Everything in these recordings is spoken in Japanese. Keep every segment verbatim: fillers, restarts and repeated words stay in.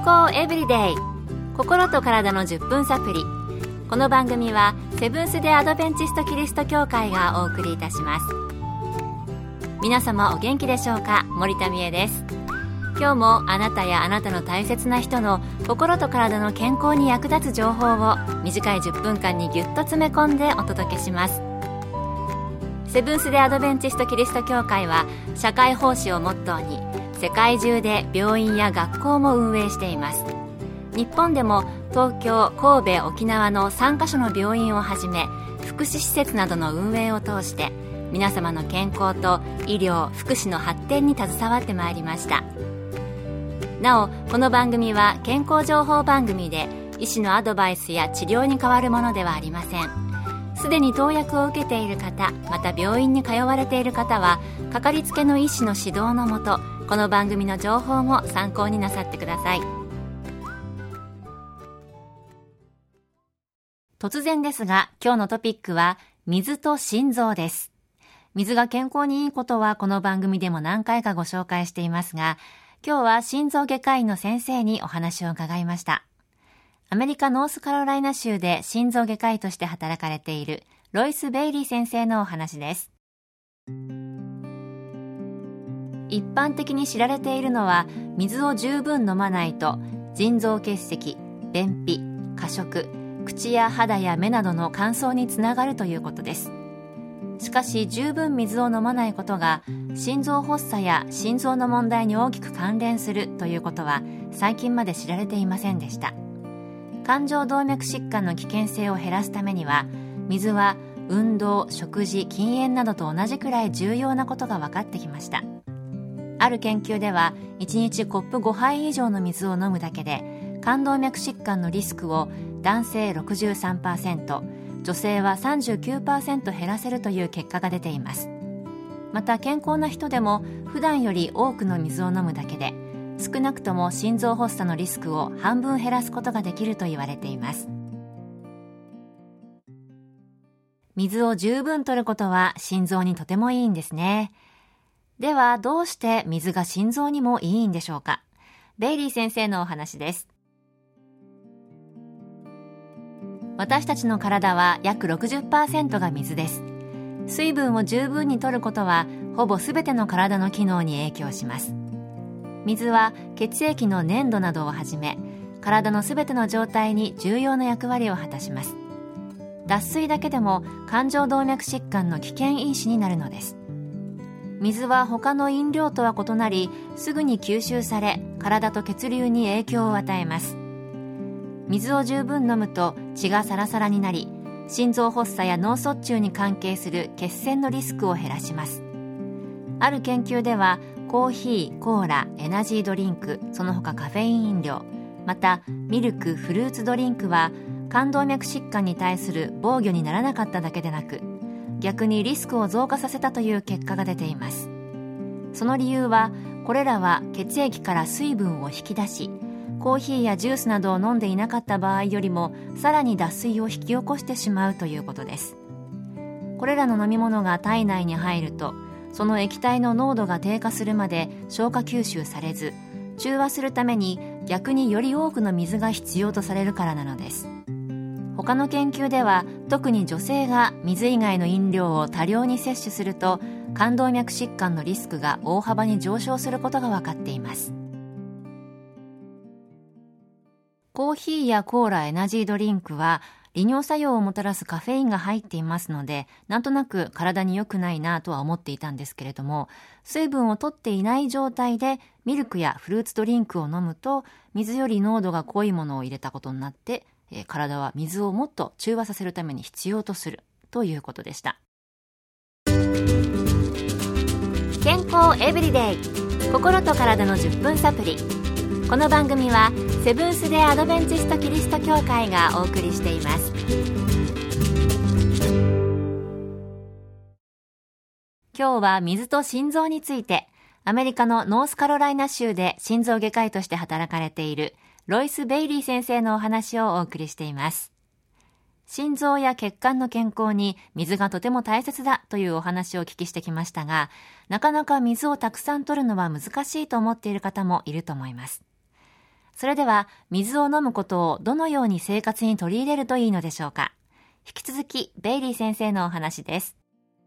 康エブリデイ、心と体のじゅっぷんサプリ。この番組はセブンス・デ・アドベンチスト・キリスト教会がお送りいたします。皆様お元気でしょうか。森田美恵です。今日もあなたやあなたの大切な人の心と体の健康に役立つ情報を短いじゅっぷんかんにぎゅっと詰め込んでお届けします。セブンス・デ・アドベンチスト・キリスト教会は社会奉仕をモットーに世界中で病院や学校も運営しています。日本でも東京、神戸、沖縄のさんカ所の病院をはじめ福祉施設などの運営を通して皆様の健康と医療・福祉の発展に携わってまいりました。なお、この番組は健康情報番組で医師のアドバイスや治療に代わるものではありません。すでに投薬を受けている方、また病院に通われている方はかかりつけの医師の指導のもと、この番組の情報も参考になさってください。突然ですが、今日のトピックは水と心臓です。水が健康にいいことはこの番組でも何回かご紹介していますが、今日は心臓外科医の先生にお話を伺いました。アメリカノースカロライナ州で心臓外科医として働かれているロイス・ベイリー先生のお話です。一般的に知られているのは、水を十分飲まないと腎臓結石、便秘、過食、口や肌や目などの乾燥につながるということです。しかし十分水を飲まないことが心臓発作や心臓の問題に大きく関連するということは最近まで知られていませんでした。冠状動脈疾患の危険性を減らすためには、水は運動、食事、禁煙などと同じくらい重要なことが分かってきました。ある研究では、いちにちコップごはい以上の水を飲むだけで冠動脈疾患のリスクを男性 ろくじゅうさんパーセント、女性は さんじゅうきゅうパーセント 減らせるという結果が出ています。また健康な人でも普段より多くの水を飲むだけで少なくとも心臓発作のリスクを半分減らすことができると言われています。水を十分摂ることは心臓にとてもいいんですね。ではどうして水が心臓にもいいんでしょうか。ベイリー先生のお話です。私たちの体は約 ろくじゅっパーセント が水です。水分を十分に摂ることはほぼすべての体の機能に影響します。水は血液の粘度などをはじめ体のすべての状態に重要な役割を果たします。脱水だけでも冠状動脈疾患の危険因子になるのです。水は他の飲料とは異なり、すぐに吸収され体と血流に影響を与えます。水を十分飲むと血がサラサラになり、心臓発作や脳卒中に関係する血栓のリスクを減らします。ある研究ではコーヒー、コーラ、エナジードリンク、その他カフェイン飲料、またミルク、フルーツドリンクは冠動脈疾患に対する防御にならなかっただけでなく、逆にリスクを増加させたという結果が出ています。その理由は、これらは血液から水分を引き出し、コーヒーやジュースなどを飲んでいなかった場合よりもさらに脱水を引き起こしてしまうということです。これらの飲み物が体内に入ると、その液体の濃度が低下するまで消化吸収されず、中和するために逆により多くの水が必要とされるからなのです。他の研究では、特に女性が水以外の飲料を多量に摂取すると冠動脈疾患のリスクが大幅に上昇することが分かっています。コーヒーやコーラ、エナジードリンクは利尿作用をもたらすカフェインが入っていますので、なんとなく体に良くないなとは思っていたんですけれども、水分を取っていない状態でミルクやフルーツドリンクを飲むと、水より濃度が濃いものを入れたことになって、えー、体は水をもっと中和させるために必要とするということでした。健康エブリデイ、心と体のじゅっぷんサプリ。この番組はセブンス・デ・アドベンチスト・キリスト教会がお送りしています。今日は水と心臓について、アメリカのノースカロライナ州で心臓外科医として働かれているロイス・ベイリー先生のお話をお送りしています。心臓や血管の健康に水がとても大切だというお話をお聞きしてきましたが、なかなか水をたくさん摂るのは難しいと思っている方もいると思います。 それでは水を飲むことをどのように生活に取り入れるといいのでしょうか。引き続きベイリー先生のお話です。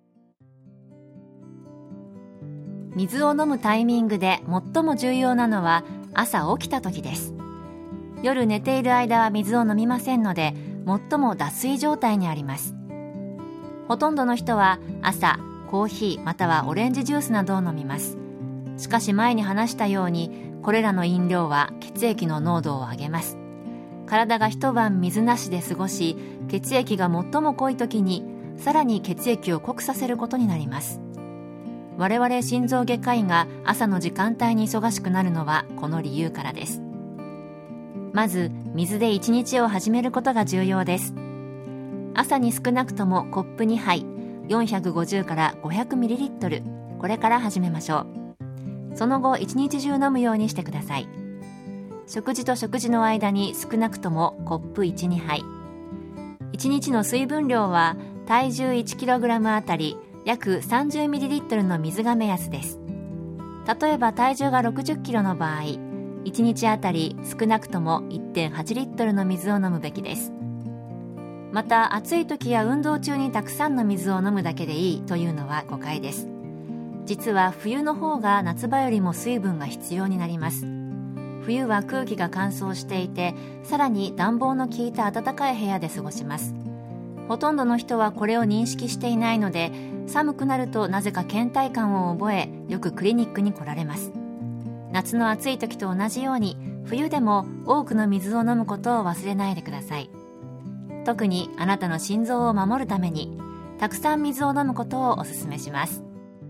水を飲むタイミングで最も重要なのは朝起きた時です。夜寝ている間は水を飲みませんので、最も脱水状態にあります。ほとんどの人は朝コーヒーまたはオレンジジュースなどを飲みます。しかし前に話したように、これらの飲料は血液の濃度を上げます。体が一晩水なしで過ごし、血液が最も濃い時にさらに血液を濃くさせることになります。我々心臓外科医が朝の時間帯に忙しくなるのはこの理由からです。まず水で一日を始めることが重要です。朝に少なくともコップにはい、よんひゃくごじゅうからごひゃくミリリットル、これから始めましょう。その後一日中飲むようにしてください。食事と食事の間に少なくともコップいち、にはい。いちにちの水分量は体重 いちキログラム あたり約 さんじゅうミリリットル の水が目安です。例えば体重がろくじゅっキロの場合、いちにちあたり少なくとも いってんはちリットルの水を飲むべきです。また暑い時や運動中にたくさんの水を飲むだけでいいというのは誤解です。実は冬の方が夏場よりも水分が必要になります。冬は空気が乾燥していて、さらに暖房の効いた暖かい部屋で過ごします。ほとんどの人はこれを認識していないので、寒くなるとなぜか倦怠感を覚え、よくクリニックに来られます。夏の暑い時と同じように、冬でも多くの水を飲むことを忘れないでください。特にあなたの心臓を守るために、たくさん水を飲むことをお勧めします。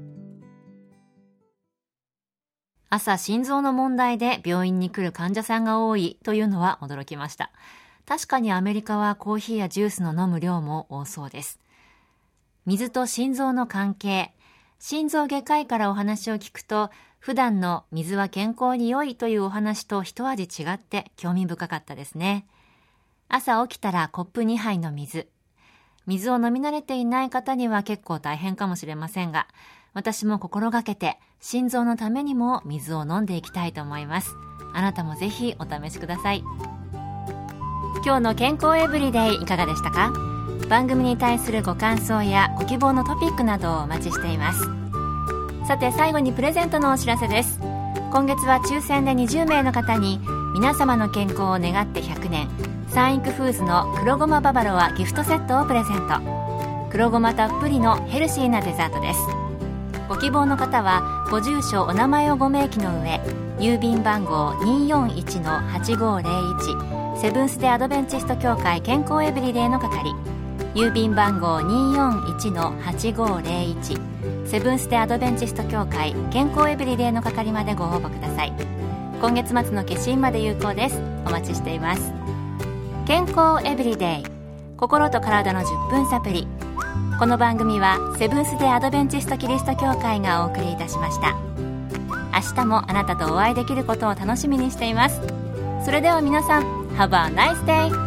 朝心臓の問題で病院に来る患者さんが多いというのは驚きました。確かにアメリカはコーヒーやジュースの飲む量も多そうです。水と心臓の関係、心臓外科医からお話を聞くと、普段の水は健康に良いというお話と一味違って興味深かったですね。朝起きたらコップにはいの水。水を飲み慣れていない方には結構大変かもしれませんが、私も心がけて心臓のためにも水を飲んでいきたいと思います。あなたもぜひお試しください。今日の健康エブリデイいかがでしたか？番組に対するご感想やご希望のトピックなどをお待ちしています。さて最後にプレゼントのお知らせです。今月は抽選でにじゅうめいの方に皆様の健康を願ってひゃくねんサンインクフーズの黒ごまババロアギフトセットをプレゼント。黒ごまたっぷりのヘルシーなデザートです。ご希望の方はご住所お名前をご明記の上、郵便番号 にーよんいちのはちごーぜろいち セブンス・デ・アドベンチスト協会健康エブリデイの係、郵便番号 にーよんいちのはちごーぜろいち セブンス・デ・アドベンチスト協会健康エブリデイの係までご応募ください。今月末の消印まで有効です。お待ちしています。健康エブリデイ、心と体のじゅっぷんサプリ。この番組はセブンス・デ・アドベンチスト・キリスト教会がお送りいたしました。明日もあなたとお会いできることを楽しみにしています。それでは皆さん、Have a nice day!